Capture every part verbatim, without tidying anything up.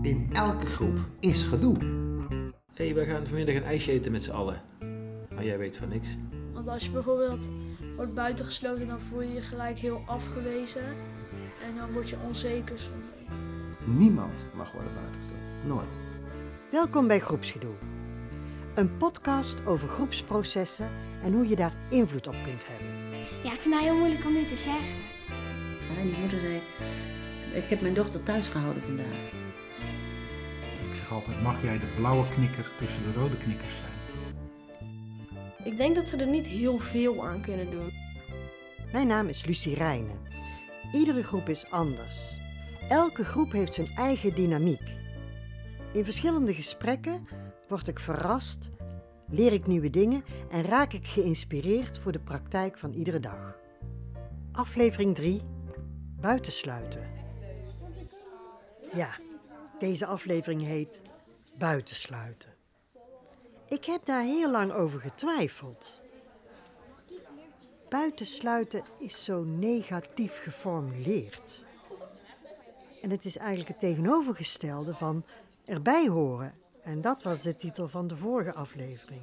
In elke groep is gedoe. Hé, hey, we gaan vanmiddag een ijsje eten met z'n allen. Maar jij weet van niks. Want als je bijvoorbeeld wordt buitengesloten, dan voel je je gelijk heel afgewezen. En dan word je onzeker soms. Niemand mag worden buitengesloten. Nooit. Welkom bij Groepsgedoe. Een podcast over groepsprocessen en hoe je daar invloed op kunt hebben. Ja, ik vind het heel moeilijk om nu te zeggen. En die moeder zei, ik heb mijn dochter thuis gehouden vandaag. Ik zeg altijd, mag jij de blauwe knikker tussen de rode knikkers zijn? Ik denk dat ze er niet heel veel aan kunnen doen. Mijn naam is Lucie Rijnen. Iedere groep is anders. Elke groep heeft zijn eigen dynamiek. In verschillende gesprekken word ik verrast, leer ik nieuwe dingen en raak ik geïnspireerd voor de praktijk van iedere dag. Aflevering drie. Buitensluiten. Ja, deze aflevering heet Buitensluiten. Ik heb daar heel lang over getwijfeld. Buitensluiten is zo negatief geformuleerd. En het is eigenlijk het tegenovergestelde van erbij horen. En dat was de titel van de vorige aflevering.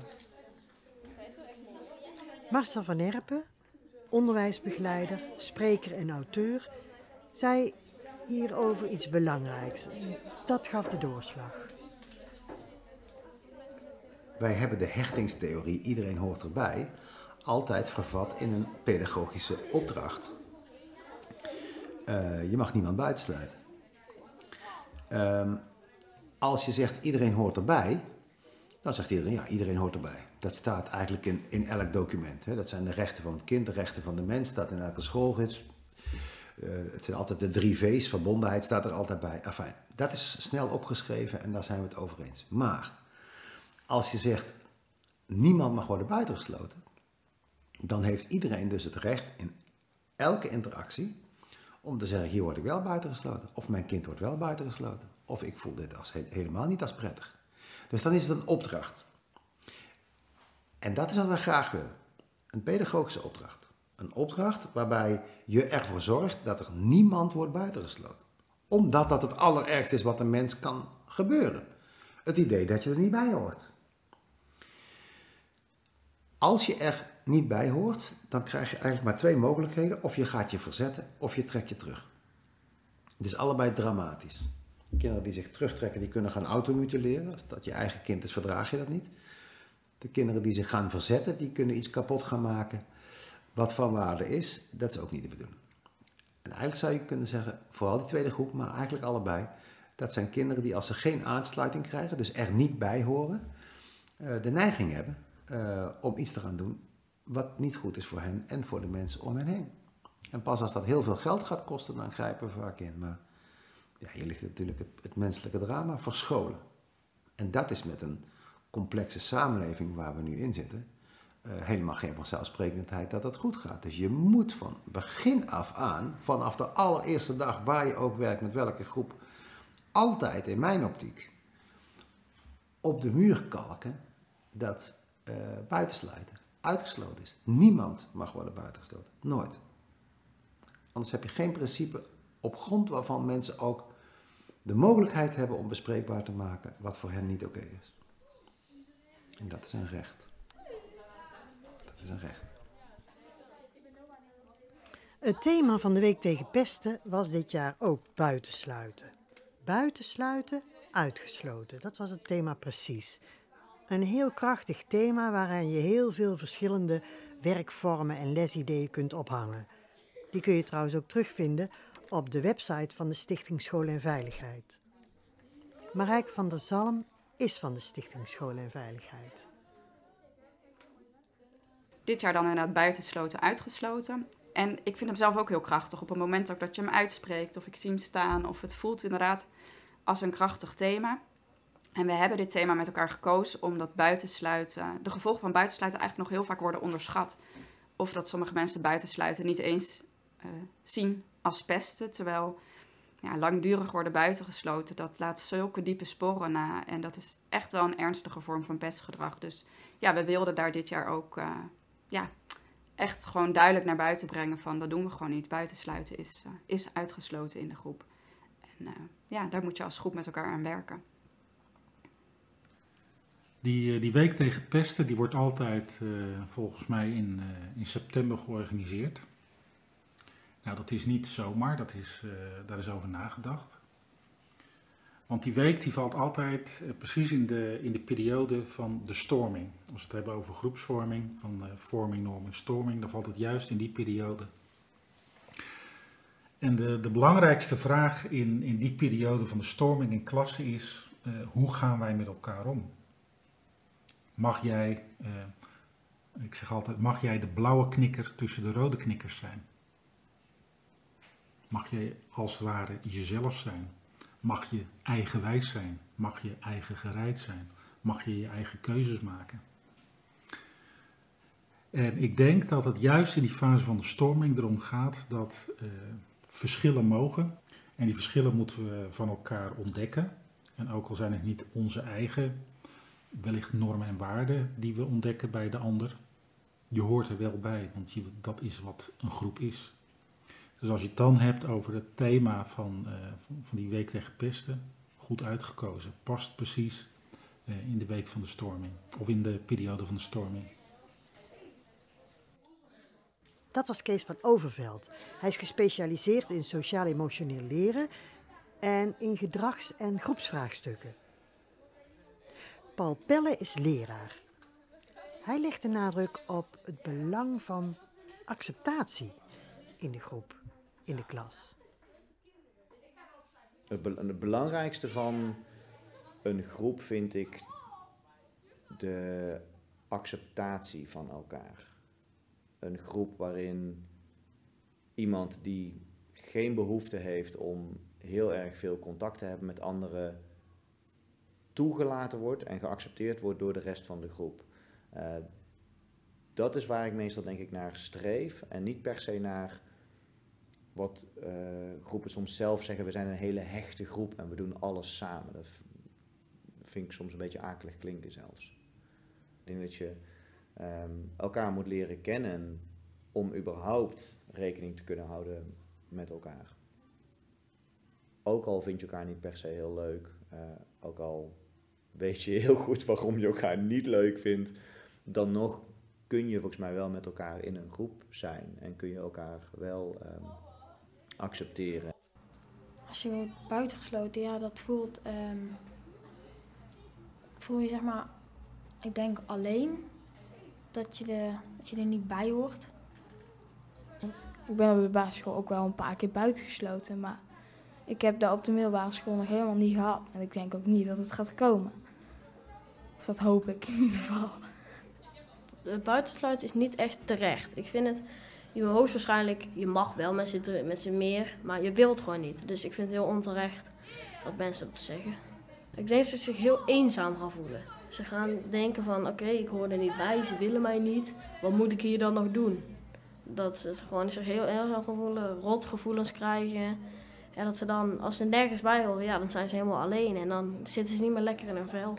Marcel van Erpen, onderwijsbegeleider, spreker en auteur, zei hierover iets belangrijks. Dat gaf de doorslag. Wij hebben de hechtingstheorie, iedereen hoort erbij, altijd vervat in een pedagogische opdracht. Uh, je mag niemand buitensluiten. Um, als je zegt iedereen hoort erbij, dan zegt iedereen ja, iedereen hoort erbij. Dat staat eigenlijk in, in elk document. Hè. Dat zijn de rechten van het kind, de rechten van de mens, staat in elke schoolgids. Uh, het zijn altijd de drie V's, verbondenheid staat er altijd bij. Enfin, dat is snel opgeschreven en daar zijn we het over eens. Maar als je zegt niemand mag worden buitengesloten, dan heeft iedereen dus het recht in elke interactie om te zeggen, hier word ik wel buitengesloten. Of mijn kind wordt wel buitengesloten. Of ik voel dit als he- helemaal niet als prettig. Dus dan is het een opdracht. En dat is wat wij graag willen. Een pedagogische opdracht. Een opdracht waarbij je ervoor zorgt dat er niemand wordt buitengesloten. Omdat dat het allerergste is wat een mens kan gebeuren. Het idee dat je er niet bij hoort. Als je er niet bij hoort, dan krijg je eigenlijk maar twee mogelijkheden. Of je gaat je verzetten, of je trekt je terug. Het is allebei dramatisch. Kinderen die zich terugtrekken, die kunnen gaan automutileren. Als dat je eigen kind is, verdraag je dat niet. De kinderen die zich gaan verzetten, die kunnen iets kapot gaan maken wat van waarde is. Dat is ook niet de bedoeling. En eigenlijk zou je kunnen zeggen, vooral die tweede groep, maar eigenlijk allebei. Dat zijn kinderen die als ze geen aansluiting krijgen, dus er niet bij horen, de neiging hebben uh, om iets te gaan doen wat niet goed is voor hen en voor de mensen om hen heen. En pas als dat heel veel geld gaat kosten, dan grijpen we vaak in. Maar ja, hier ligt natuurlijk het, het menselijke drama verscholen. En dat is met een complexe samenleving waar we nu in zitten, uh, helemaal geen vanzelfsprekendheid dat dat goed gaat. Dus je moet van begin af aan, vanaf de allereerste dag waar je ook werkt, met welke groep, altijd in mijn optiek op de muur kalken dat uh, buitensluiten uitgesloten is. Niemand mag worden buitengesloten. Nooit. Anders heb je geen principe op grond waarvan mensen ook de mogelijkheid hebben om bespreekbaar te maken wat voor hen niet oké is. En dat is een recht. Dat is een recht. Het thema van de Week tegen Pesten was dit jaar ook buitensluiten. Buitensluiten, uitgesloten. Dat was het thema precies. Een heel krachtig thema waaraan je heel veel verschillende werkvormen en lesideeën kunt ophangen. Die kun je trouwens ook terugvinden op de website van de Stichting School en Veiligheid. Marijke van der Zalm is van de Stichting School en Veiligheid. Dit jaar dan inderdaad buitensloten, uitgesloten. En ik vind hem zelf ook heel krachtig. Op het moment ook dat je hem uitspreekt of ik zie hem staan of het voelt inderdaad als een krachtig thema. En we hebben dit thema met elkaar gekozen omdat buitensluiten, de gevolgen van buitensluiten eigenlijk nog heel vaak worden onderschat. Of dat sommige mensen buitensluiten niet eens uh, zien als pesten, terwijl ja, langdurig worden buitengesloten, dat laat zulke diepe sporen na. En dat is echt wel een ernstige vorm van pestgedrag. Dus ja, we wilden daar dit jaar ook uh, ja, echt gewoon duidelijk naar buiten brengen van dat doen we gewoon niet. Buitensluiten is, uh, is uitgesloten in de groep. En uh, ja, daar moet je als groep met elkaar aan werken. Die, die week tegen pesten die wordt altijd uh, volgens mij in, uh, in september georganiseerd. Nou, dat is niet zomaar, dat is, uh, daar is over nagedacht. Want die week die valt altijd uh, precies in de, in de periode van de storming. Als we het hebben over groepsvorming, van uh, vorming, norming, storming, dan valt het juist in die periode. En de, de belangrijkste vraag in, in die periode van de storming in klasse is, uh, hoe gaan wij met elkaar om? Mag jij, uh, ik zeg altijd, mag jij de blauwe knikker tussen de rode knikkers zijn? Mag je als het ware jezelf zijn? Mag je eigenwijs zijn? Mag je eigen gereid zijn? Mag je je eigen keuzes maken? En ik denk dat het juist in die fase van de storming erom gaat dat uh, verschillen mogen. En die verschillen moeten we van elkaar ontdekken. En ook al zijn het niet onze eigen, wellicht normen en waarden die we ontdekken bij de ander. Je hoort er wel bij, want je, dat is wat een groep is. Dus als je het dan hebt over het thema van, uh, van die week tegen pesten, goed uitgekozen. Past precies uh, in de week van de storming, of in de periode van de storming. Dat was Kees van Overveld. Hij is gespecialiseerd in sociaal-emotioneel leren en in gedrags- en groepsvraagstukken. Paul Pelle is leraar. Hij legt de nadruk op het belang van acceptatie in de groep, in de klas. Het, be- het belangrijkste van een groep vind ik de acceptatie van elkaar. Een groep waarin iemand die geen behoefte heeft om heel erg veel contact te hebben met anderen toegelaten wordt en geaccepteerd wordt door de rest van de groep. Uh, dat is waar ik meestal denk ik naar streef en niet per se naar wat uh, groepen soms zelf zeggen, we zijn een hele hechte groep en we doen alles samen. Dat vind ik soms een beetje akelig klinken zelfs. Ik denk dat je um, elkaar moet leren kennen om überhaupt rekening te kunnen houden met elkaar. Ook al vind je elkaar niet per se heel leuk, uh, ook al weet je heel goed waarom je elkaar niet leuk vindt, dan nog kun je volgens mij wel met elkaar in een groep zijn en kun je elkaar wel um, accepteren. Als je wordt buitengesloten, ja, dat voelt, um, voel je zeg maar, ik denk alleen dat je, de, dat je er niet bij hoort. Want ik ben op de basisschool ook wel een paar keer buitengesloten, maar ik heb dat op de middelbare school nog helemaal niet gehad. En ik denk ook niet dat het gaat komen. Of dat hoop ik in ieder geval. Het buitensluiten is niet echt terecht. Ik vind het, je hoogstwaarschijnlijk, je mag wel met z'n, met z'n meer, maar je wilt gewoon niet. Dus ik vind het heel onterecht dat mensen dat zeggen. Ik denk dat ze zich heel eenzaam gaan voelen. Ze gaan denken van, oké, okay, ik hoor er niet bij, ze willen mij niet. Wat moet ik hier dan nog doen? Dat ze gewoon zich heel eenzaam gaan voelen, rotgevoelens krijgen. En dat ze dan, als ze nergens bij horen, ja, dan zijn ze helemaal alleen. En dan zitten ze niet meer lekker in hun vel.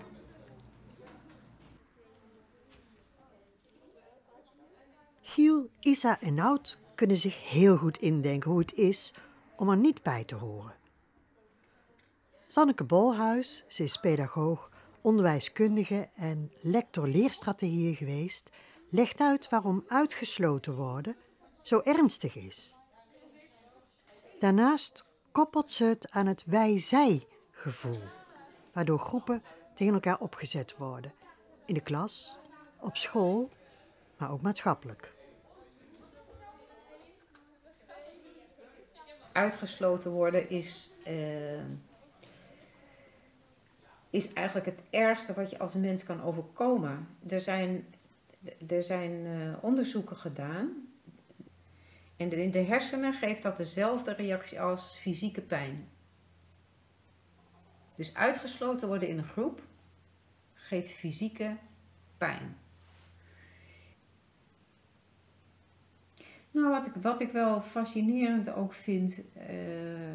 Giel, Isa en Nout kunnen zich heel goed indenken hoe het is om er niet bij te horen. Sanneke Bolhuis, ze is pedagoog, onderwijskundige en lector leerstrategieën geweest, legt uit waarom uitgesloten worden zo ernstig is. Daarnaast koppelt ze het aan het wij-zij-gevoel, waardoor groepen tegen elkaar opgezet worden. In de klas, op school, maar ook maatschappelijk. Uitgesloten worden is, uh, is eigenlijk het ergste wat je als mens kan overkomen. Er zijn, er zijn uh, onderzoeken gedaan. En in de hersenen geeft dat dezelfde reactie als fysieke pijn. Dus uitgesloten worden in een groep geeft fysieke pijn. Nou, wat ik, wat ik wel fascinerend ook vind, uh,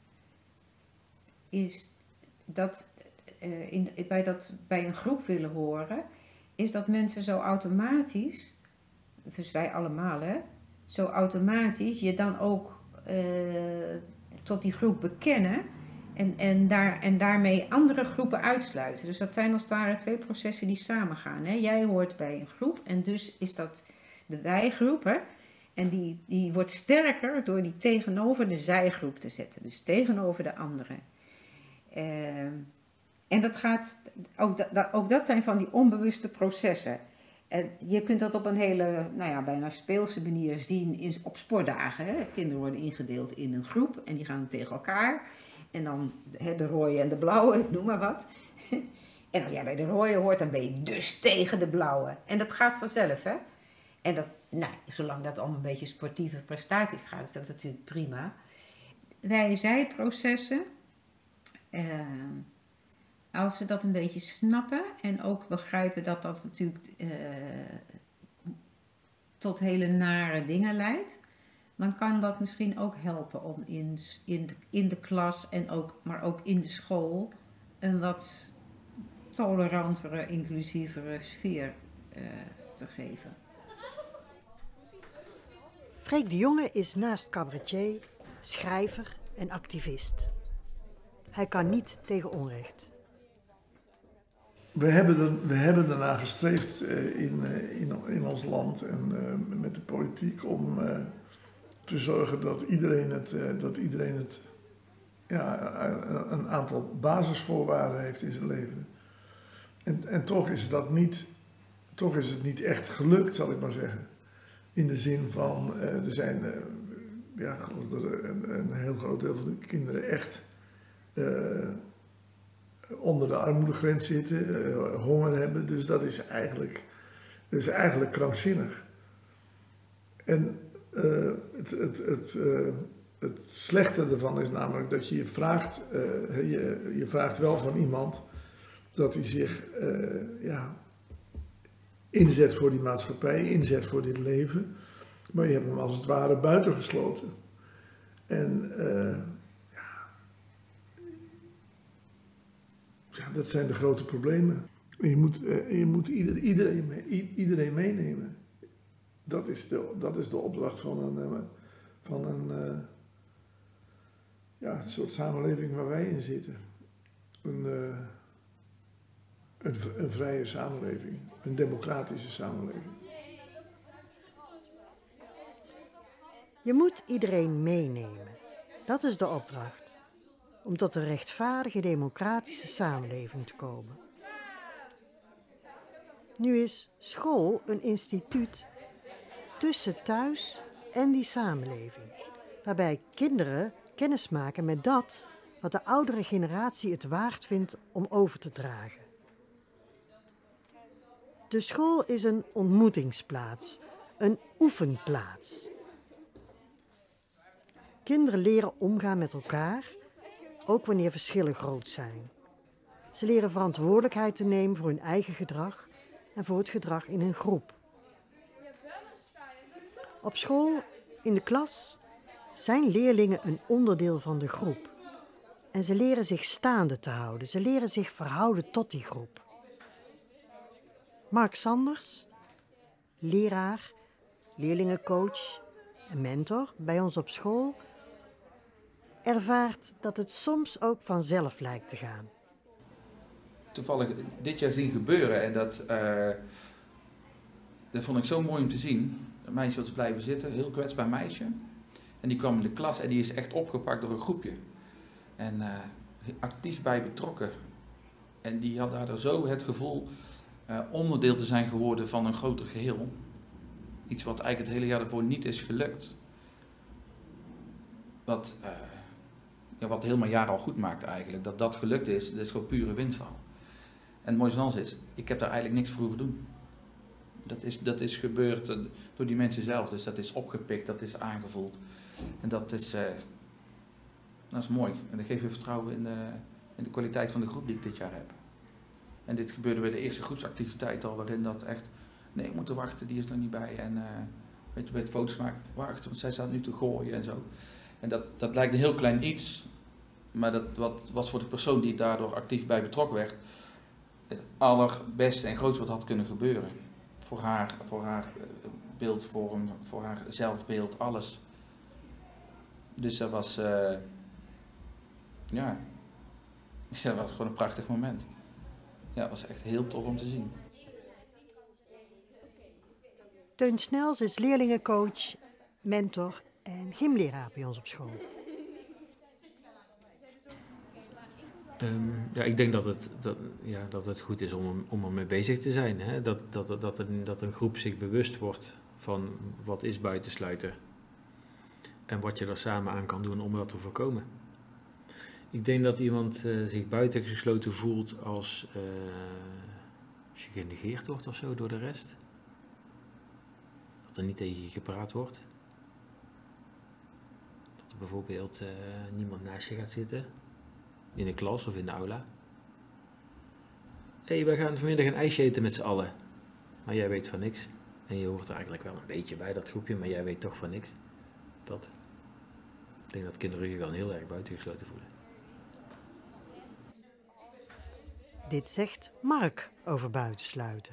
is dat, uh, in, bij dat bij een groep willen horen, is dat mensen zo automatisch, dus wij allemaal hè, zo automatisch je dan ook uh, tot die groep bekennen En, en, daar, en daarmee andere groepen uitsluiten. Dus dat zijn als het ware twee processen die samengaan. Hè? Jij hoort bij een groep en dus is dat de wij-groep. Hè? En die, die wordt sterker door die tegenover de zij-groep te zetten. Dus tegenover de anderen. Uh, en dat gaat, ook, dat, ook dat zijn van die onbewuste processen. En je kunt dat op een hele, nou ja, bijna speelse manier zien in, op sportdagen. Hè? Kinderen worden ingedeeld in een groep en die gaan tegen elkaar. En dan hè, de rode en de blauwe, ik noem maar wat. En als jij bij de rode hoort, dan ben je dus tegen de blauwe. En dat gaat vanzelf, hè. En dat, nou, zolang dat om een beetje sportieve prestaties gaat, is dat natuurlijk prima. Wij-zij-processen, uh, als ze dat een beetje snappen en ook begrijpen dat dat natuurlijk uh, tot hele nare dingen leidt, dan kan dat misschien ook helpen om in, in, de, in de klas, en ook, maar ook in de school, een wat tolerantere, inclusievere sfeer uh, te geven. Freek de Jonge is naast cabaretier, schrijver en activist. Hij kan niet tegen onrecht. We hebben, er, we hebben ernaar gestreefd uh, in, uh, in, in ons land en uh, met de politiek om uh, te zorgen dat iedereen het, uh, dat iedereen het ja, een, een aantal basisvoorwaarden heeft in zijn leven. En, en toch is dat niet, toch is het niet echt gelukt, zal ik maar zeggen. In de zin van, uh, er zijn, uh, ja, ik geloof dat er een, een heel groot deel van de kinderen echt uh, onder de armoedegrens zitten, uh, honger hebben. Dus dat is eigenlijk, dat is eigenlijk krankzinnig. En uh, het, het, het, uh, het slechte ervan is namelijk dat je je vraagt, uh, je, je vraagt wel van iemand dat hij zich uh, ja, inzet voor die maatschappij, inzet voor dit leven. Maar je hebt hem als het ware buitengesloten. En uh, ja, ja, dat zijn de grote problemen. Je moet, uh, je moet ieder, iedereen, mee, iedereen meenemen. Dat is de, dat is de opdracht van een, uh, van een, uh, ja, een soort samenleving waar wij in zitten. Een, uh, een, een vrije samenleving, een democratische samenleving. Je moet iedereen meenemen. Dat is de opdracht. Om tot een rechtvaardige democratische samenleving te komen. Nu is school een instituut tussen thuis en die samenleving. Waarbij kinderen kennis maken met dat wat de oudere generatie het waard vindt om over te dragen. De school is een ontmoetingsplaats, een oefenplaats. Kinderen leren omgaan met elkaar, ook wanneer verschillen groot zijn. Ze leren verantwoordelijkheid te nemen voor hun eigen gedrag en voor het gedrag in een groep. Op school, in de klas, zijn leerlingen een onderdeel van de groep. En ze leren zich staande te houden, ze leren zich verhouden tot die groep. Mark Sanders, leraar, leerlingencoach en mentor bij ons op school, ervaart dat het soms ook vanzelf lijkt te gaan. Toevallig dit jaar zien gebeuren en dat, uh, dat vond ik zo mooi om te zien. Een meisje was blijven zitten, een heel kwetsbaar meisje. En die kwam in de klas en die is echt opgepakt door een groepje. En uh, actief bij betrokken. En die had daar zo het gevoel uh, onderdeel te zijn geworden van een groter geheel. Iets wat eigenlijk het hele jaar ervoor niet is gelukt. Wat, uh, ja, wat heel mijn jaar al goed maakt eigenlijk. Dat dat gelukt is, dat is gewoon pure winst al. En het mooiste van alles is, ik heb daar eigenlijk niks voor hoeven doen. Dat is, dat is gebeurd uh, door die mensen zelf. Dus dat is opgepikt, dat is aangevoeld. En dat is, uh, dat is mooi. En dat geeft weer vertrouwen in de, in de kwaliteit van de groep die ik dit jaar heb. En dit gebeurde bij de eerste groepsactiviteit al, waarin dat echt... Nee, ik moet er wachten, die is nog niet bij. En uh, weet je, bij het foto's maken, wachten, want zij staat nu te gooien en zo. En dat, dat lijkt een heel klein iets. Maar dat wat, was voor de persoon die daardoor actief bij betrokken werd... het allerbeste en grootste wat had kunnen gebeuren. Voor haar, voor haar beeldvorm, voor haar zelfbeeld, alles. Dus dat was... Uh, ja, Dus dat was gewoon een prachtig moment. Ja, het was echt heel tof om te zien. Teun Snels is leerlingencoach, mentor en gymleraar bij ons op school. Um, ja, ik denk dat het, dat, ja, dat het goed is om, om ermee bezig te zijn. Hè? Dat, dat, dat, een, dat een groep zich bewust wordt van wat is buitensluiten. En wat je er samen aan kan doen om dat te voorkomen. Ik denk dat iemand uh, zich buitengesloten voelt als, uh, als je genegeerd wordt of zo door de rest. Dat er niet tegen je gepraat wordt. Dat er bijvoorbeeld uh, niemand naast je gaat zitten. In de klas of in de aula. Hé, hey, wij gaan vanmiddag een ijsje eten met z'n allen. Maar jij weet van niks. En je hoort er eigenlijk wel een beetje bij dat groepje, maar jij weet toch van niks. Dat. Ik denk dat kinderen zich dan heel erg buitengesloten voelen. Dit zegt Mark over buitensluiten.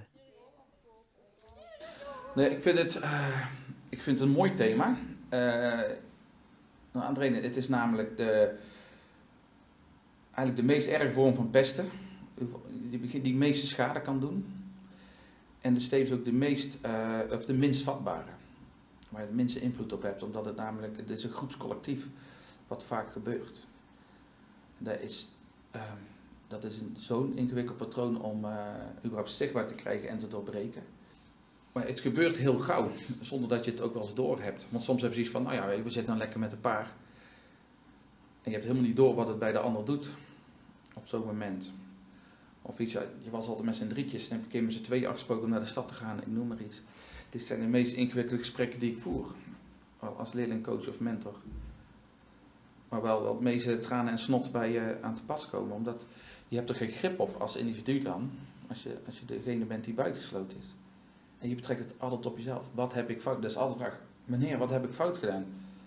Nee, ik vind het, uh, ik vind het een mooi thema. Uh, nou, André, het is namelijk de, eigenlijk de meest erge vorm van pesten. Die, die de meeste schade kan doen. En de steeds ook de, meest, uh, of de minst vatbare. Waar je de minste invloed op hebt. Omdat het namelijk, het is een groepscollectief wat vaak gebeurt. Dat is, uh, dat is zo'n ingewikkeld patroon om uh, überhaupt zichtbaar te krijgen en te doorbreken. Maar het gebeurt heel gauw, zonder dat je het ook wel eens door hebt. Want soms heb je zoiets van, nou ja, we zitten dan lekker met een paar. En je hebt helemaal niet door wat het bij de ander doet. Op zo'n moment. Of iets, je was altijd met z'n drietjes en heb je een keer met z'n tweeën afgesproken om naar de stad te gaan, ik noem maar iets. Dit zijn de meest ingewikkelde gesprekken die ik voer. Als leerlingcoach of mentor. Maar wel wel het meeste tranen en snot bij je aan te pas komen. Omdat je hebt er geen grip op als individu dan. Als je, als je degene bent die buitengesloten is. En je betrekt het altijd op jezelf. Wat heb ik fout? Dat is altijd de vraag. Meneer, wat heb ik fout gedaan?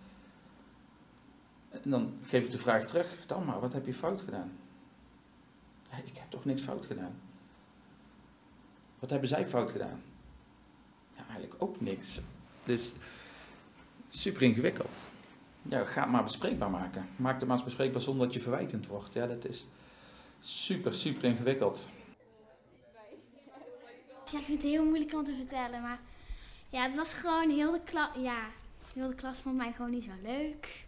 En dan geef ik de vraag terug. Vertel maar, wat heb je fout gedaan? Ik heb toch niks fout gedaan. Wat hebben zij fout gedaan? Ja, eigenlijk ook niks. Dus super ingewikkeld. Ja, ga het maar bespreekbaar maken. Maak het maar eens bespreekbaar zonder dat je verwijtend wordt. Ja, dat is super, super ingewikkeld. Ja, ik vind het heel moeilijk om te vertellen, maar ja, het was gewoon heel de klas, ja, heel de klas vond mij gewoon niet zo leuk.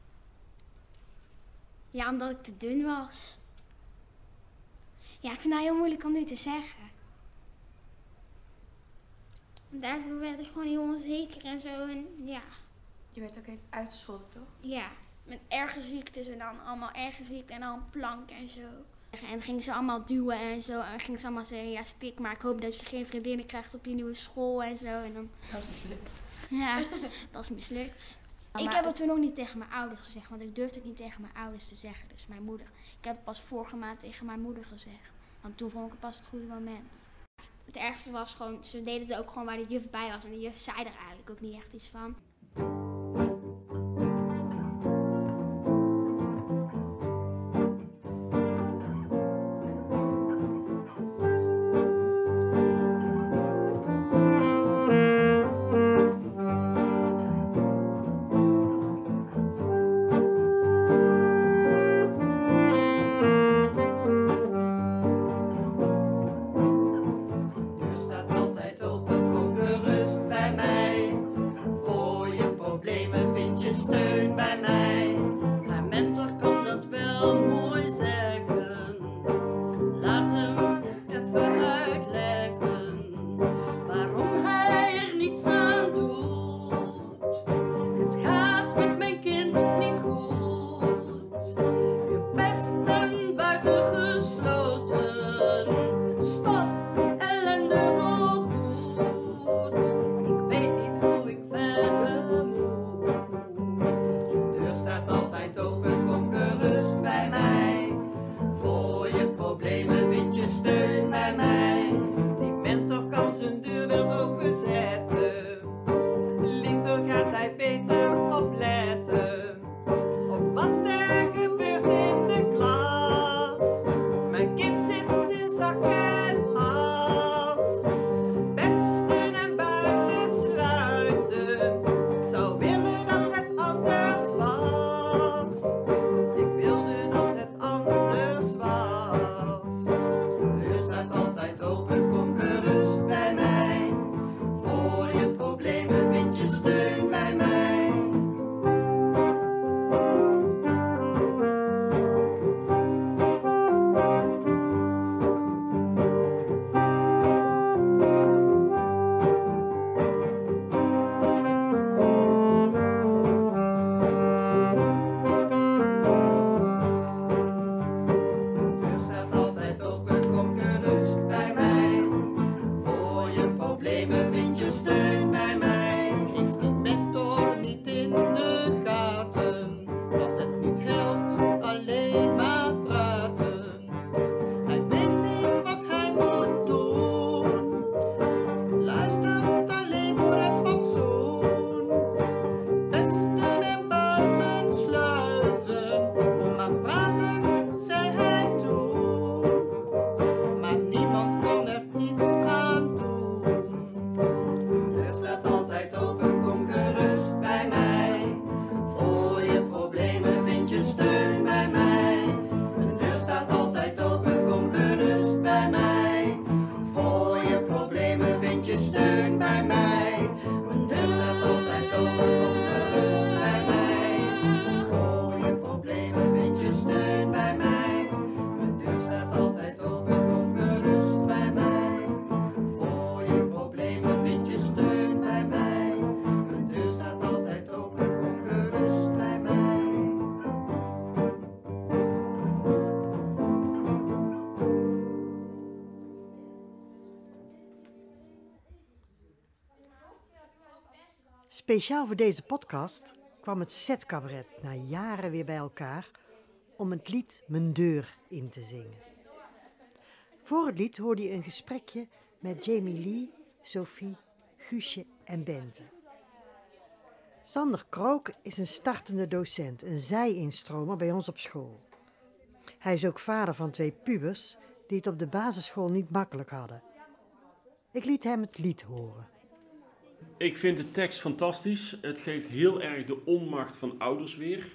Ja, omdat ik te dun was. Ja, ik vind het heel moeilijk om nu te zeggen. Daardoor werd ik gewoon heel onzeker en zo en ja. Je werd ook even uitgescholden, toch? Ja, met erge ziektes en dan allemaal erge ziekten en dan plank en zo. En dan gingen ze allemaal duwen en zo. En gingen ze allemaal zeggen, ja stik maar, ik hoop dat je geen vriendinnen krijgt op je nieuwe school en zo. En dan... Dat is mislukt. Ja, dat is mislukt. Maar ik heb het toen ook niet tegen mijn ouders gezegd, want ik durfde het niet tegen mijn ouders te zeggen. Dus mijn moeder. Ik heb het pas vorige maand tegen mijn moeder gezegd. Want toen vond ik het pas het goede moment. Het ergste was gewoon, ze deden het ook gewoon waar de juf bij was. En de juf zei er eigenlijk ook niet echt iets van. Speciaal voor deze podcast kwam het Zetcabaret na jaren weer bij elkaar om het lied Mijn Deur in te zingen. Voor het lied hoorde je een gesprekje met Jamie Lee, Sophie, Guusje en Bente. Sander Krook is een startende docent, een zij-instromer bij ons op school. Hij is ook vader van twee pubers die het op de basisschool niet makkelijk hadden. Ik liet hem het lied horen. Ik vind de tekst fantastisch. Het geeft heel erg de onmacht van ouders weer.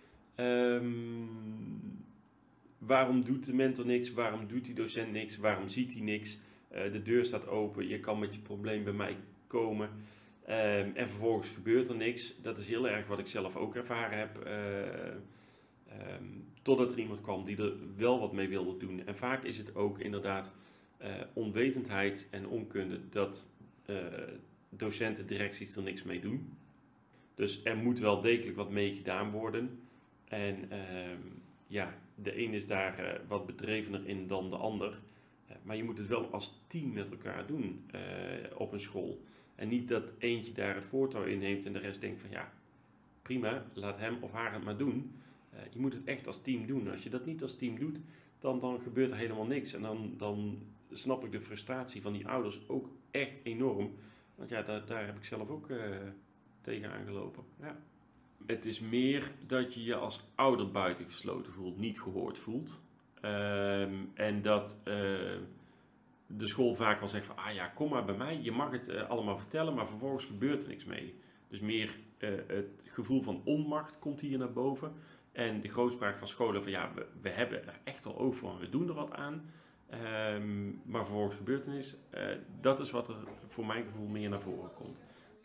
Um, waarom doet de mentor niks? Waarom doet die docent niks? Waarom ziet hij niks? Uh, de deur staat open. Je kan met je probleem bij mij komen. Um, en vervolgens gebeurt er niks. Dat is heel erg wat ik zelf ook ervaren heb. Uh, um, totdat er iemand kwam die er wel wat mee wilde doen. En vaak is het ook inderdaad uh, onwetendheid en onkunde dat uh, docenten, directies er niks mee doen. Dus er moet wel degelijk wat mee gedaan worden. En uh, ja, de een is daar uh, wat bedrevener in dan de ander. Uh, maar je moet het wel als team met elkaar doen uh, op een school. En niet dat eentje daar het voortouw inneemt en de rest denkt van ja, prima, laat hem of haar het maar doen. Uh, je moet het echt als team doen. Als je dat niet als team doet, dan, dan gebeurt er helemaal niks. En dan, dan snap ik de frustratie van die ouders ook echt enorm. Want ja, daar, daar heb ik zelf ook uh, tegen aangelopen. Ja. Het is meer dat je je als ouder buitengesloten voelt, niet gehoord voelt. Um, en dat uh, de school vaak wel zegt van, ah ja, kom maar bij mij, je mag het uh, allemaal vertellen, maar vervolgens gebeurt er niks mee. Dus meer uh, het gevoel van onmacht komt hier naar boven. En de grootspraak van scholen van, ja, we, we hebben er echt al oog voor en we doen er wat aan. Um, maar vervolgens gebeurt er niks. Uh, dat is wat er voor mijn gevoel meer naar voren komt.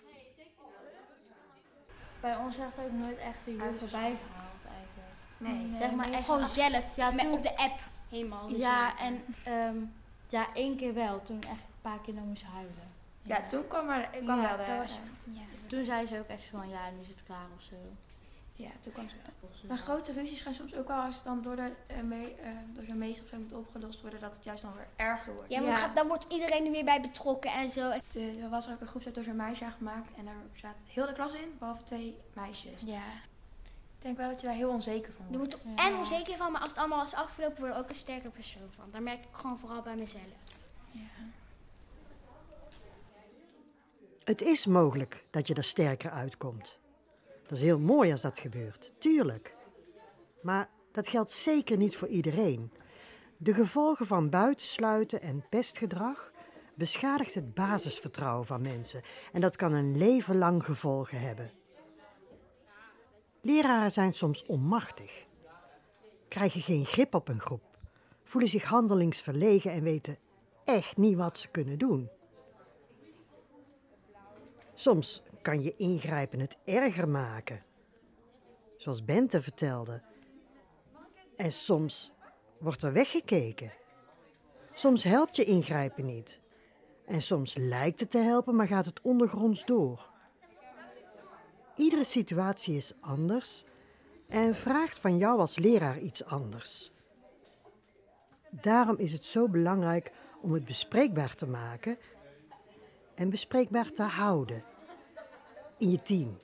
Bij ons werd ook nooit echt de jeugd erbij gehaald eigenlijk. Nee, nee zeg maar nee, echt gewoon zelf, ja, met, toen, op de app helemaal. Ja, en um, ja, één keer wel, toen echt een paar keer dan moest huilen. Ja, ja toen kwam, er, kwam ja, wel de... Was, ja. Toen zei ze ook echt van, ja, nu is het klaar of zo. Ja, toen kwam ze wel. Maar grote ruzies gaan soms ook wel als het dan door, de, uh, mee, uh, door zo'n meester of zo moet opgelost worden, dat het juist dan weer erger wordt. Ja, want ja. dan wordt iedereen er weer bij betrokken en zo. De, er was ook een groepset door zo'n meisje aangemaakt en daar zat heel de klas in, behalve twee meisjes. Ja. Ik denk wel dat je daar heel onzeker van wordt. Je wordt er ja. en onzeker van, maar als het allemaal is afgelopen, word je ook een sterker persoon van. Daar merk ik gewoon vooral bij mezelf. Ja. Het is mogelijk dat je er sterker uitkomt. Dat is heel mooi als dat gebeurt, tuurlijk. Maar dat geldt zeker niet voor iedereen. De gevolgen van buitensluiten en pestgedrag beschadigt het basisvertrouwen van mensen. En dat kan een leven lang gevolgen hebben. Leraren zijn soms onmachtig. Krijgen geen grip op een groep. Voelen zich handelingsverlegen en weten echt niet wat ze kunnen doen. Soms kan je ingrijpen het erger maken. Zoals Bente vertelde. En soms wordt er weggekeken. Soms helpt je ingrijpen niet. En soms lijkt het te helpen, maar gaat het ondergronds door. Iedere situatie is anders en vraagt van jou als leraar iets anders. Daarom is het zo belangrijk om het bespreekbaar te maken en bespreekbaar te houden in je team.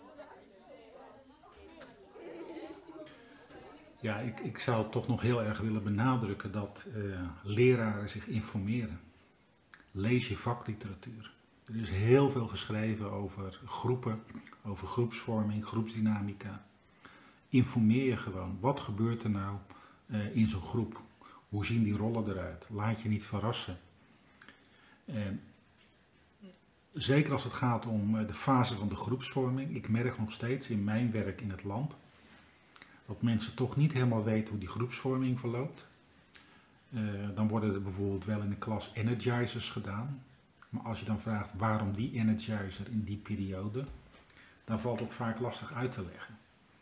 Ja, ik, ik zou toch nog heel erg willen benadrukken dat uh, leraren zich informeren. Lees je vakliteratuur. Er is heel veel geschreven over groepen, over groepsvorming, groepsdynamica. Informeer je gewoon. Wat gebeurt er nou uh, in zo'n groep? Hoe zien die rollen eruit? Laat je niet verrassen. En zeker als het gaat om de fase van de groepsvorming. Ik merk nog steeds in mijn werk in het land dat mensen toch niet helemaal weten hoe die groepsvorming verloopt. Uh, dan worden er bijvoorbeeld wel in de klas energizers gedaan. Maar als je dan vraagt waarom die energizer in die periode, dan valt het vaak lastig uit te leggen.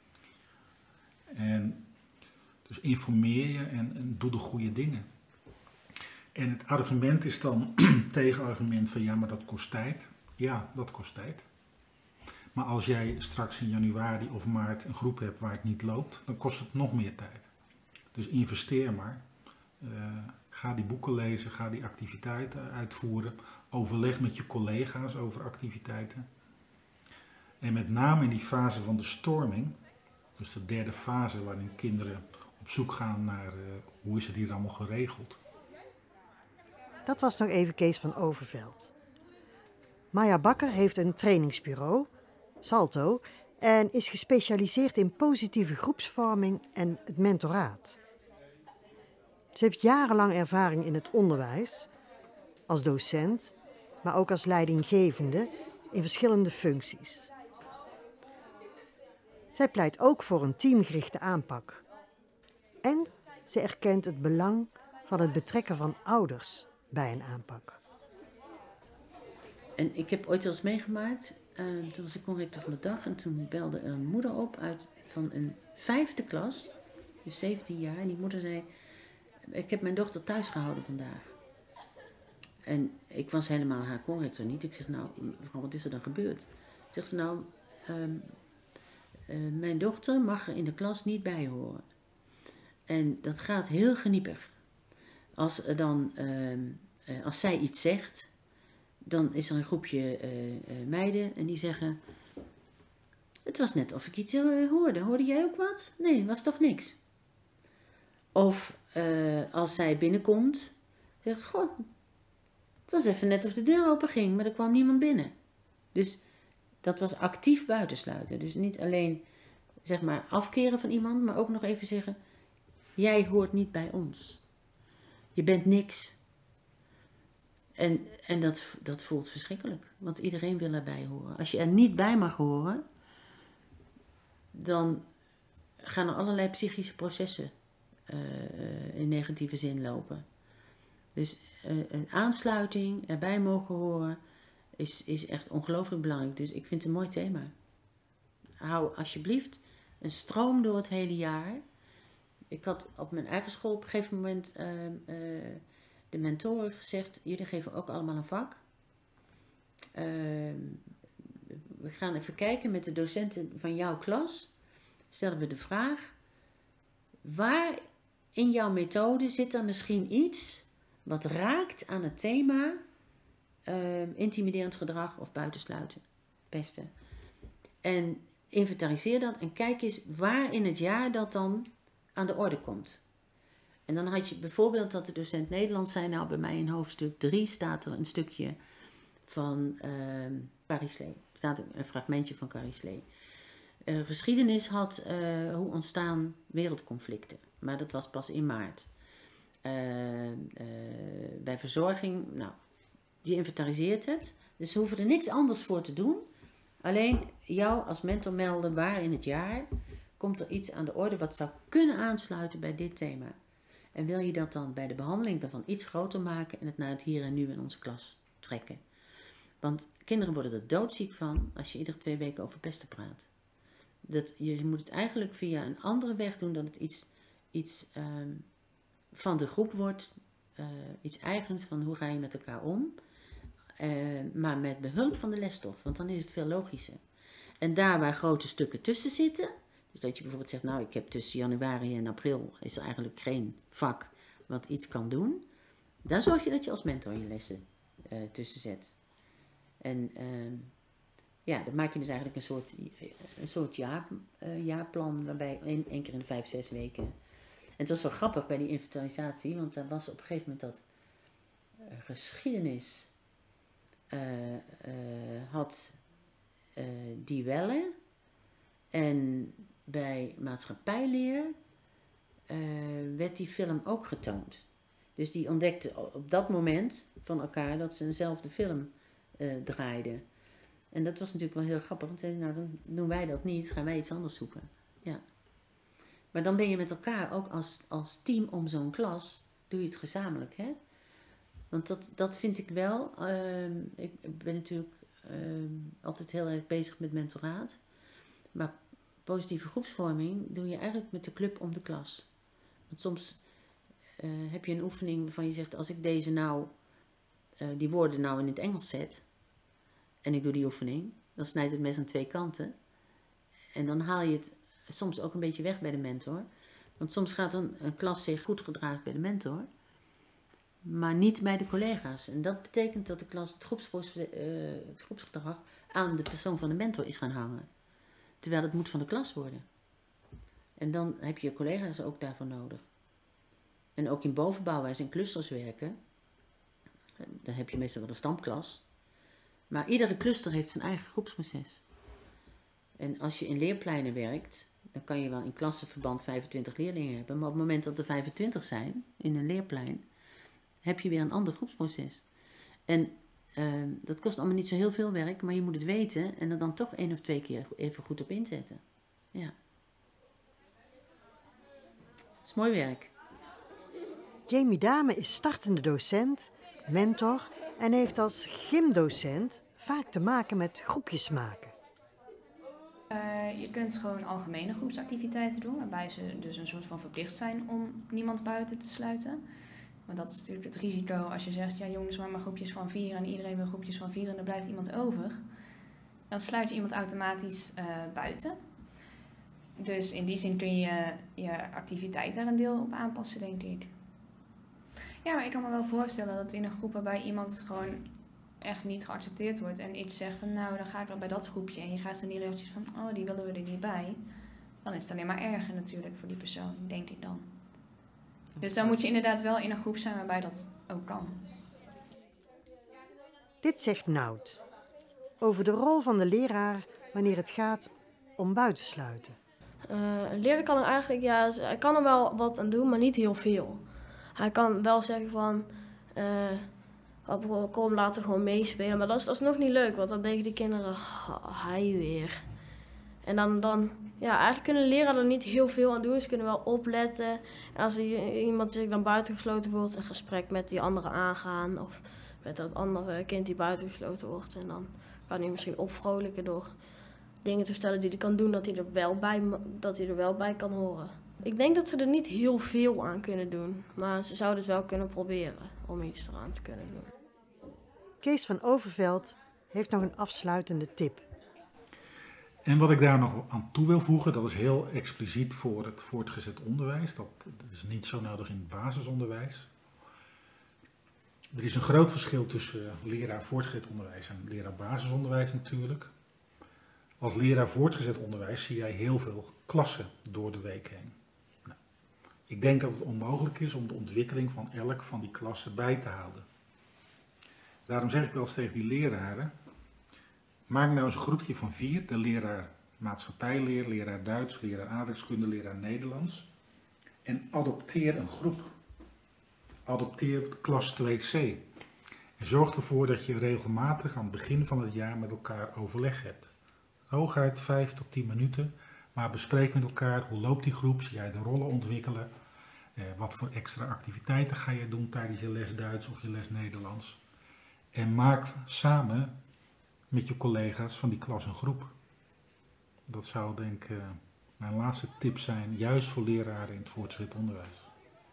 En dus informeer je en, en doe de goede dingen. En het argument is dan tegenargument van ja, maar dat kost tijd. Ja, dat kost tijd. Maar als jij straks in januari of maart een groep hebt waar het niet loopt, dan kost het nog meer tijd. Dus investeer maar. Uh, ga die boeken lezen, ga die activiteiten uitvoeren. Overleg met je collega's over activiteiten. En met name in die fase van de storming, dus de derde fase waarin kinderen op zoek gaan naar uh, hoe is het hier allemaal geregeld. Dat was nog even Kees van Overveld. Maya Bakker heeft een trainingsbureau, Salto, en is gespecialiseerd in positieve groepsvorming en het mentoraat. Ze heeft jarenlang ervaring in het onderwijs, als docent, maar ook als leidinggevende in verschillende functies. Zij pleit ook voor een teamgerichte aanpak. En ze erkent het belang van het betrekken van ouders bij een aanpak. En ik heb ooit wel eens meegemaakt, uh, toen was ik conrector van de dag en toen belde er een moeder op uit van een vijfde klas, dus zeventien jaar, en die moeder zei, ik heb mijn dochter thuis gehouden vandaag. En ik was helemaal haar conrector niet. Ik zeg, nou, mevrouw, wat is er dan gebeurd? Zegt ze, nou, um, uh, mijn dochter mag er in de klas niet bij horen. En dat gaat heel geniepig. Als, er dan, uh, uh, als zij iets zegt, dan is er een groepje uh, uh, meiden en die zeggen, het was net of ik iets uh, hoorde. Hoorde jij ook wat? Nee, was toch niks. Of uh, als zij binnenkomt, zegt, goh, het was even net of de deur open ging, maar er kwam niemand binnen. Dus dat was actief buitensluiten. Dus niet alleen, zeg maar, afkeren van iemand, maar ook nog even zeggen, jij hoort niet bij ons. Je bent niks. En, en dat, dat voelt verschrikkelijk, want iedereen wil erbij horen. Als je er niet bij mag horen, dan gaan er allerlei psychische processen uh, in negatieve zin lopen. Dus uh, een aansluiting, erbij mogen horen, is, is echt ongelooflijk belangrijk. Dus ik vind het een mooi thema. Hou alsjeblieft een stroom door het hele jaar. Ik had op mijn eigen school op een gegeven moment uh, uh, de mentoren gezegd, jullie geven ook allemaal een vak. Uh, we gaan even kijken met de docenten van jouw klas. Stellen we de vraag, waar in jouw methode zit er misschien iets wat raakt aan het thema uh, intimiderend gedrag of buitensluiten, pesten. En inventariseer dat en kijk eens waar in het jaar dat dan aan de orde komt. En dan had je bijvoorbeeld dat de docent Nederlands zei, nou bij mij in hoofdstuk drie staat er een stukje van uh, Carrie Slee. Staat een fragmentje van Carrie Slee. Uh, geschiedenis had uh, hoe ontstaan wereldconflicten. Maar dat was pas in maart. Uh, uh, bij verzorging, nou, je inventariseert het. Dus we hoeven er niks anders voor te doen. Alleen jou als mentor melden waar in het jaar komt er iets aan de orde wat zou kunnen aansluiten bij dit thema. En wil je dat dan bij de behandeling daarvan iets groter maken en het naar het hier en nu in onze klas trekken. Want kinderen worden er doodziek van als je iedere twee weken over pesten praat. Dat, je moet het eigenlijk via een andere weg doen dat het iets, iets um, van de groep wordt. Uh, iets eigens van hoe ga je met elkaar om. Uh, maar met behulp van de lesstof, want dan is het veel logischer. En daar waar grote stukken tussen zitten, dus dat je bijvoorbeeld zegt, nou ik heb tussen januari en april is er eigenlijk geen vak wat iets kan doen. Daar zorg je dat je als mentor je lessen uh, tussen zet. En uh, ja, dan maak je dus eigenlijk een soort, een soort jaar, uh, jaarplan waarbij één, één keer in de vijf, zes weken. En het was wel grappig bij die inventarisatie, want daar was op een gegeven moment dat uh, geschiedenis uh, uh, had uh, die wellen. En bij maatschappijleer uh, werd die film ook getoond. Dus die ontdekten op dat moment van elkaar dat ze eenzelfde film uh, draaiden. En dat was natuurlijk wel heel grappig. Want zeiden, nou dan doen wij dat niet, gaan wij iets anders zoeken. Ja. Maar dan ben je met elkaar ook als, als team om zo'n klas, doe je het gezamenlijk. Hè? Want dat, dat vind ik wel. Uh, ik ben natuurlijk uh, altijd heel erg bezig met mentoraat. Maar positieve groepsvorming doe je eigenlijk met de club om de klas. Want soms uh, heb je een oefening waarvan je zegt, als ik deze nou, uh, die woorden nou in het Engels zet, en ik doe die oefening, dan snijdt het mes aan twee kanten. En dan haal je het soms ook een beetje weg bij de mentor. Want soms gaat een, een klas zich goed gedragen bij de mentor, maar niet bij de collega's. En dat betekent dat de klas het, groepspos, uh, het groepsgedrag aan de persoon van de mentor is gaan hangen. Terwijl het moet van de klas worden. En dan heb je je collega's ook daarvoor nodig. En ook in bovenbouw, waar ze in clusters werken, dan heb je meestal wel de stampklas. Maar iedere cluster heeft zijn eigen groepsproces. En als je in leerpleinen werkt, dan kan je wel in klassenverband vijfentwintig leerlingen hebben. Maar op het moment dat er vijfentwintig zijn in een leerplein, heb je weer een ander groepsproces. En uh, dat kost allemaal niet zo heel veel werk, maar je moet het weten en er dan toch één of twee keer even goed op inzetten. Ja. Het is mooi werk. Jamie Dame is startende docent, mentor en heeft als gymdocent vaak te maken met groepjes maken. Uh, je kunt gewoon algemene groepsactiviteiten doen, waarbij ze dus een soort van verplicht zijn om niemand buiten te sluiten. Maar dat is natuurlijk het risico als je zegt, ja jongens, maar maar groepjes van vier en iedereen wil groepjes van vier en er blijft iemand over. Dan sluit je iemand automatisch uh, buiten. Dus in die zin kun je je activiteit daar een deel op aanpassen, denk ik. Ja, maar ik kan me wel voorstellen dat in een groep waarbij iemand gewoon echt niet geaccepteerd wordt en iets zegt van nou, dan ga ik wel bij dat groepje en je krijgt dan die reacties van oh, die willen we er niet bij. Dan is het alleen maar erger natuurlijk voor die persoon, denk ik dan. Dus dan moet je inderdaad wel in een groep zijn waarbij dat ook kan. Dit zegt Nout over de rol van de leraar wanneer het gaat om buitensluiten. Uh, een leraar kan er eigenlijk, ja, hij kan er wel wat aan doen, maar niet heel veel. Hij kan wel zeggen van, uh, kom laten we gewoon meespelen, maar dat is, dat is nog niet leuk, want dan denken die kinderen, hij weer. En dan, dan, ja, eigenlijk kunnen leraren er niet heel veel aan doen, ze kunnen wel opletten. En als er iemand zich dan buitengesloten wordt, een gesprek met die andere aangaan, of met dat andere kind die buitengesloten wordt. En dan kan hij misschien opvrolijken door dingen te stellen die hij kan doen, dat hij er wel bij, dat hij er wel bij kan horen. Ik denk dat ze er niet heel veel aan kunnen doen, maar ze zouden het wel kunnen proberen om iets eraan te kunnen doen. Kees van Overveld heeft nog een afsluitende tip. En wat ik daar nog aan toe wil voegen, dat is heel expliciet voor het voortgezet onderwijs. Dat, dat is niet zo nodig in het basisonderwijs. Er is een groot verschil tussen leraar voortgezet onderwijs en leraar basisonderwijs natuurlijk. Als leraar voortgezet onderwijs zie jij heel veel klassen door de week heen. Nou, ik denk dat het onmogelijk is om de ontwikkeling van elk van die klassen bij te houden. Daarom zeg ik wel eens tegen die leraren, maak nou eens een groepje van vier, de leraar maatschappijleer, leraar Duits, leraar aardrijkskunde, leraar Nederlands. En adopteer een groep. Adopteer klas twee C. En zorg ervoor dat je regelmatig aan het begin van het jaar met elkaar overleg hebt. Hooguit vijf tot tien minuten, maar bespreek met elkaar hoe loopt die groep, zie jij de rollen ontwikkelen, eh, wat voor extra activiteiten ga je doen tijdens je les Duits of je les Nederlands. En maak samen met je collega's van die klas een groep. Dat zou denk ik uh, mijn laatste tip zijn, juist voor leraren in het voortgezet onderwijs.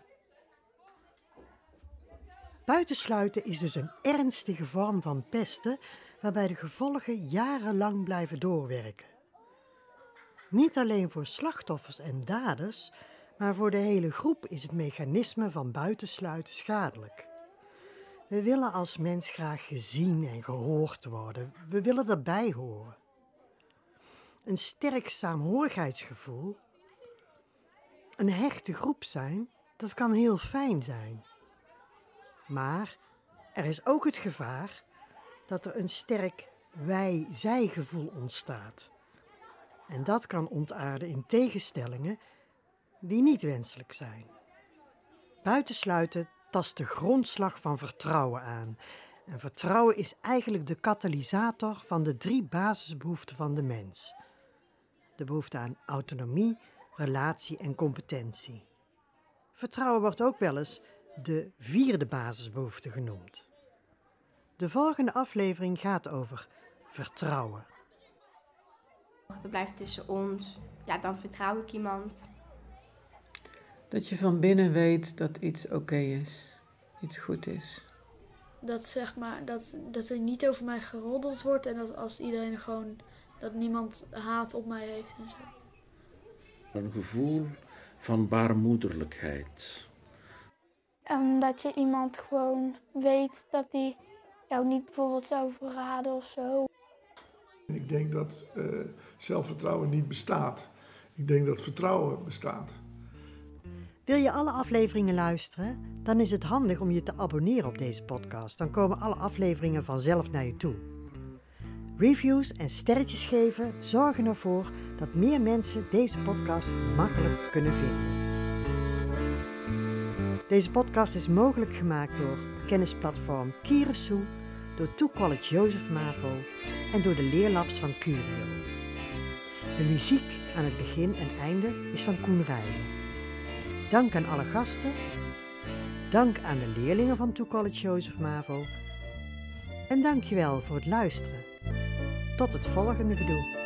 Buitensluiten is dus een ernstige vorm van pesten, waarbij de gevolgen jarenlang blijven doorwerken. Niet alleen voor slachtoffers en daders, maar voor de hele groep is het mechanisme van buitensluiten schadelijk. We willen als mens graag gezien en gehoord worden. We willen erbij horen. Een sterk saamhorigheidsgevoel, een hechte groep zijn, dat kan heel fijn zijn. Maar er is ook het gevaar dat er een sterk wij-zij-gevoel ontstaat. En dat kan ontaarden in tegenstellingen die niet wenselijk zijn. Buitensluiten tast de grondslag van vertrouwen aan. En vertrouwen is eigenlijk de katalysator van de drie basisbehoeften van de mens. De behoefte aan autonomie, relatie en competentie. Vertrouwen wordt ook wel eens de vierde basisbehoefte genoemd. De volgende aflevering gaat over vertrouwen. Dat blijft tussen ons. Ja, dan vertrouw ik iemand. Dat je van binnen weet dat iets oké is, iets goed is. Dat, zeg maar, dat, dat er niet over mij geroddeld wordt en dat als iedereen gewoon, dat niemand haat op mij heeft en zo. Een gevoel van baarmoederlijkheid. Um, dat je iemand gewoon weet dat hij jou niet bijvoorbeeld zou verraden of zo. Ik denk dat uh, zelfvertrouwen niet bestaat. Ik denk dat vertrouwen bestaat. Wil je alle afleveringen luisteren? Dan is het handig om je te abonneren op deze podcast. Dan komen alle afleveringen vanzelf naar je toe. Reviews en sterretjes geven zorgen ervoor dat meer mensen deze podcast makkelijk kunnen vinden. Deze podcast is mogelijk gemaakt door kennisplatform Kierensoe, door To College Jozef Mavo en door de leerlabs van Curio. De muziek aan het begin en einde is van Koen Rijnen. Dank aan alle gasten, dank aan de leerlingen van To College Jozef Mavo en dankjewel voor het luisteren. Tot het volgende gedoe.